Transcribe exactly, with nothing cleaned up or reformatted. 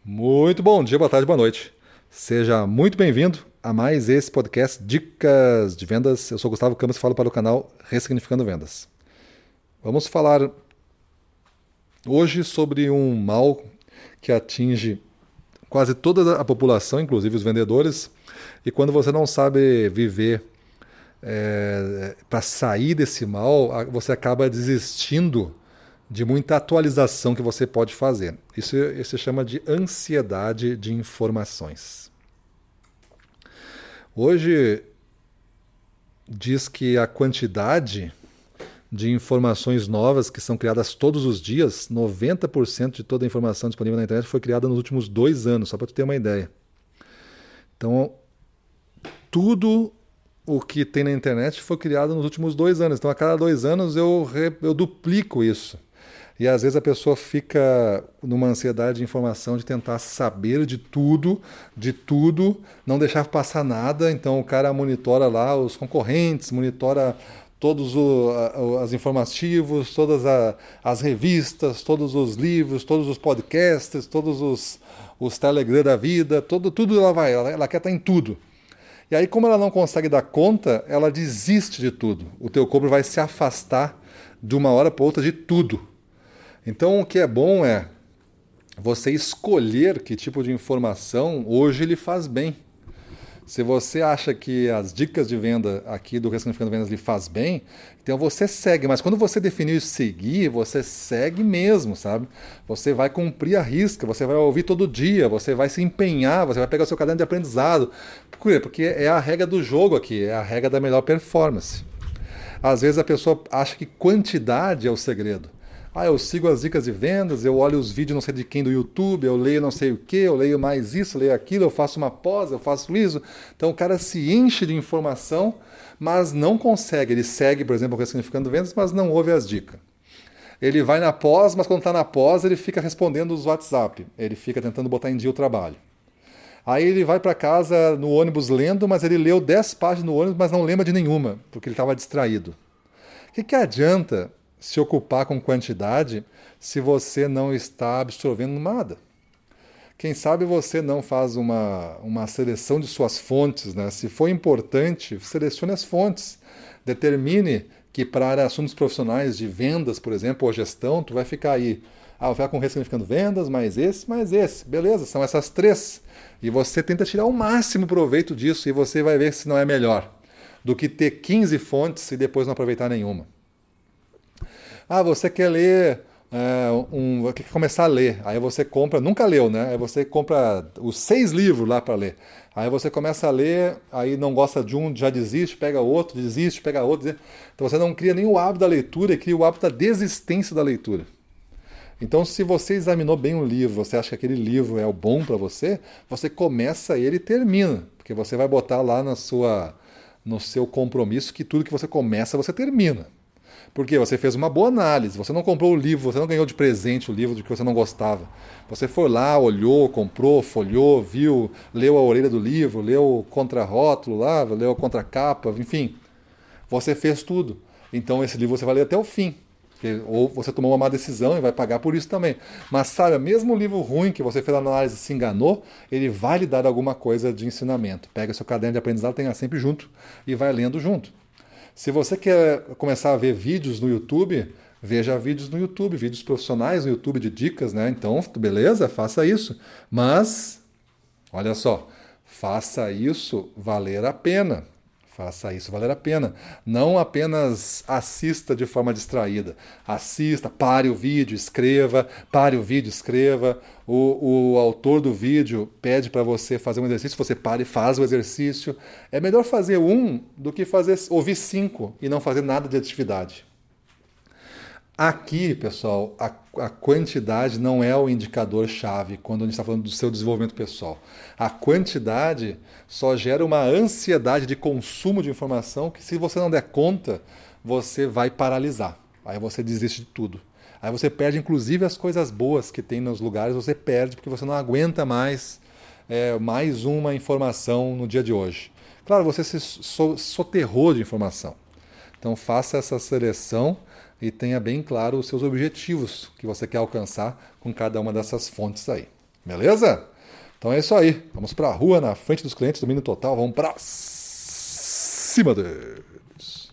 Muito bom dia, boa tarde, boa noite. Seja muito bem-vindo a mais esse podcast Dicas de Vendas. Eu sou Gustavo Campos e falo para o canal Ressignificando Vendas. Vamos falar hoje sobre um mal que atinge quase toda a população, inclusive os vendedores, e quando você não sabe viver é, para sair desse mal, você acaba desistindo de muita atualização que você pode fazer. Isso, isso se chama de ansiedade de informações. Hoje diz que a quantidade de informações novas que são criadas todos os dias, noventa por cento de toda a informação disponível na internet foi criada nos últimos dois anos, só para tu ter uma ideia. Então, tudo o que tem na internet foi criado nos últimos dois anos. Então, a cada dois anos eu, re, eu duplico isso. E às vezes a pessoa fica numa ansiedade de informação de tentar saber de tudo, de tudo, não deixar passar nada. Então o cara monitora lá os concorrentes, monitora todos os informativos, todas as revistas, todos os livros, todos os podcasts, todos os, os Telegram da vida, todo, tudo ela vai, ela, ela quer estar em tudo. E aí, como ela não consegue dar conta, ela desiste de tudo. O teu corpo vai se afastar de uma hora para outra de tudo. Então, o que é bom é você escolher que tipo de informação hoje lhe faz bem. Se você acha que as dicas de venda aqui do Ressignificando Vendas lhe faz bem, então você segue. Mas quando você definiu seguir, você segue mesmo, sabe? Você vai cumprir a risca, você vai ouvir todo dia, você vai se empenhar, você vai pegar o seu caderno de aprendizado. Por quê? Porque é a regra do jogo aqui, é a regra da melhor performance. Às vezes a pessoa acha que quantidade é o segredo. Ah, eu sigo as dicas de vendas, eu olho os vídeos não sei de quem do YouTube, eu leio não sei o que, eu leio mais isso, leio aquilo, eu faço uma pós, eu faço isso. Então o cara se enche de informação, mas não consegue. Ele segue, por exemplo, o Ressignificando Vendas, mas não ouve as dicas. Ele vai na pós, mas quando está na pós ele fica respondendo os WhatsApp. Ele fica tentando botar em dia o trabalho. Aí ele vai para casa no ônibus lendo, mas ele leu dez páginas no ônibus, mas não lembra de nenhuma, porque ele estava distraído. O que, que adianta se ocupar com quantidade se você não está absorvendo nada? Quem sabe você não faz uma, uma seleção de suas fontes, né? Se for importante, selecione as fontes. Determine que para assuntos profissionais de vendas, por exemplo, ou gestão, tu vai ficar aí. Ah, vou ficar com Ressignificando Vendas, mais esse, mais esse. Beleza, são essas três. E você tenta tirar o máximo proveito disso e você vai ver se não é melhor do que ter quinze fontes e depois não aproveitar nenhuma. Ah, você quer ler, é, um, quer começar a ler, aí você compra, nunca leu, né? Aí você compra os seis livros lá para ler. Aí você começa a ler, aí não gosta de um, já desiste, pega outro, desiste, pega outro. Então você não cria nem o hábito da leitura, cria o hábito da desistência da leitura. Então, se você examinou bem um livro, você acha que aquele livro é o bom para você, você começa ele e termina, porque você vai botar lá na sua, no seu compromisso que tudo que você começa, você termina. Porque você fez uma boa análise, você não comprou o livro, você não ganhou de presente o livro de que você não gostava. Você foi lá, olhou, comprou, folheou, viu, leu a orelha do livro, leu o contrarótulo lá, leu a contracapa, enfim. Você fez tudo. Então esse livro você vai ler até o fim. Ou você tomou uma má decisão e vai pagar por isso também. Mas sabe, mesmo o livro ruim que você fez a análise e se enganou, ele vai lhe dar alguma coisa de ensinamento. Pega seu caderno de aprendizado, tenha sempre junto e vai lendo junto. Se você quer começar a ver vídeos no YouTube, veja vídeos no YouTube, vídeos profissionais no YouTube de dicas, né? Então, beleza, faça isso. Mas, olha só, faça isso valer a pena. Faça isso valer a pena. Não apenas assista de forma distraída. Assista, pare o vídeo, escreva, pare o vídeo, escreva. O, o autor do vídeo pede para você fazer um exercício, você para e faz o exercício. É melhor fazer um do que fazer, ouvir cinco e não fazer nada de atividade. Aqui, pessoal, a, a quantidade não é o indicador-chave quando a gente está falando do seu desenvolvimento pessoal. A quantidade só gera uma ansiedade de consumo de informação que, se você não der conta, você vai paralisar. Aí você desiste de tudo. Aí você perde, inclusive, as coisas boas que tem nos lugares, você perde porque você não aguenta mais é, mais uma informação no dia de hoje. Claro, você se so, soterrou de informação. Então faça essa seleção e tenha bem claro os seus objetivos que você quer alcançar com cada uma dessas fontes aí. Beleza? Então é isso aí. Vamos para a rua, na frente dos clientes, domínio total. Vamos para cima deles.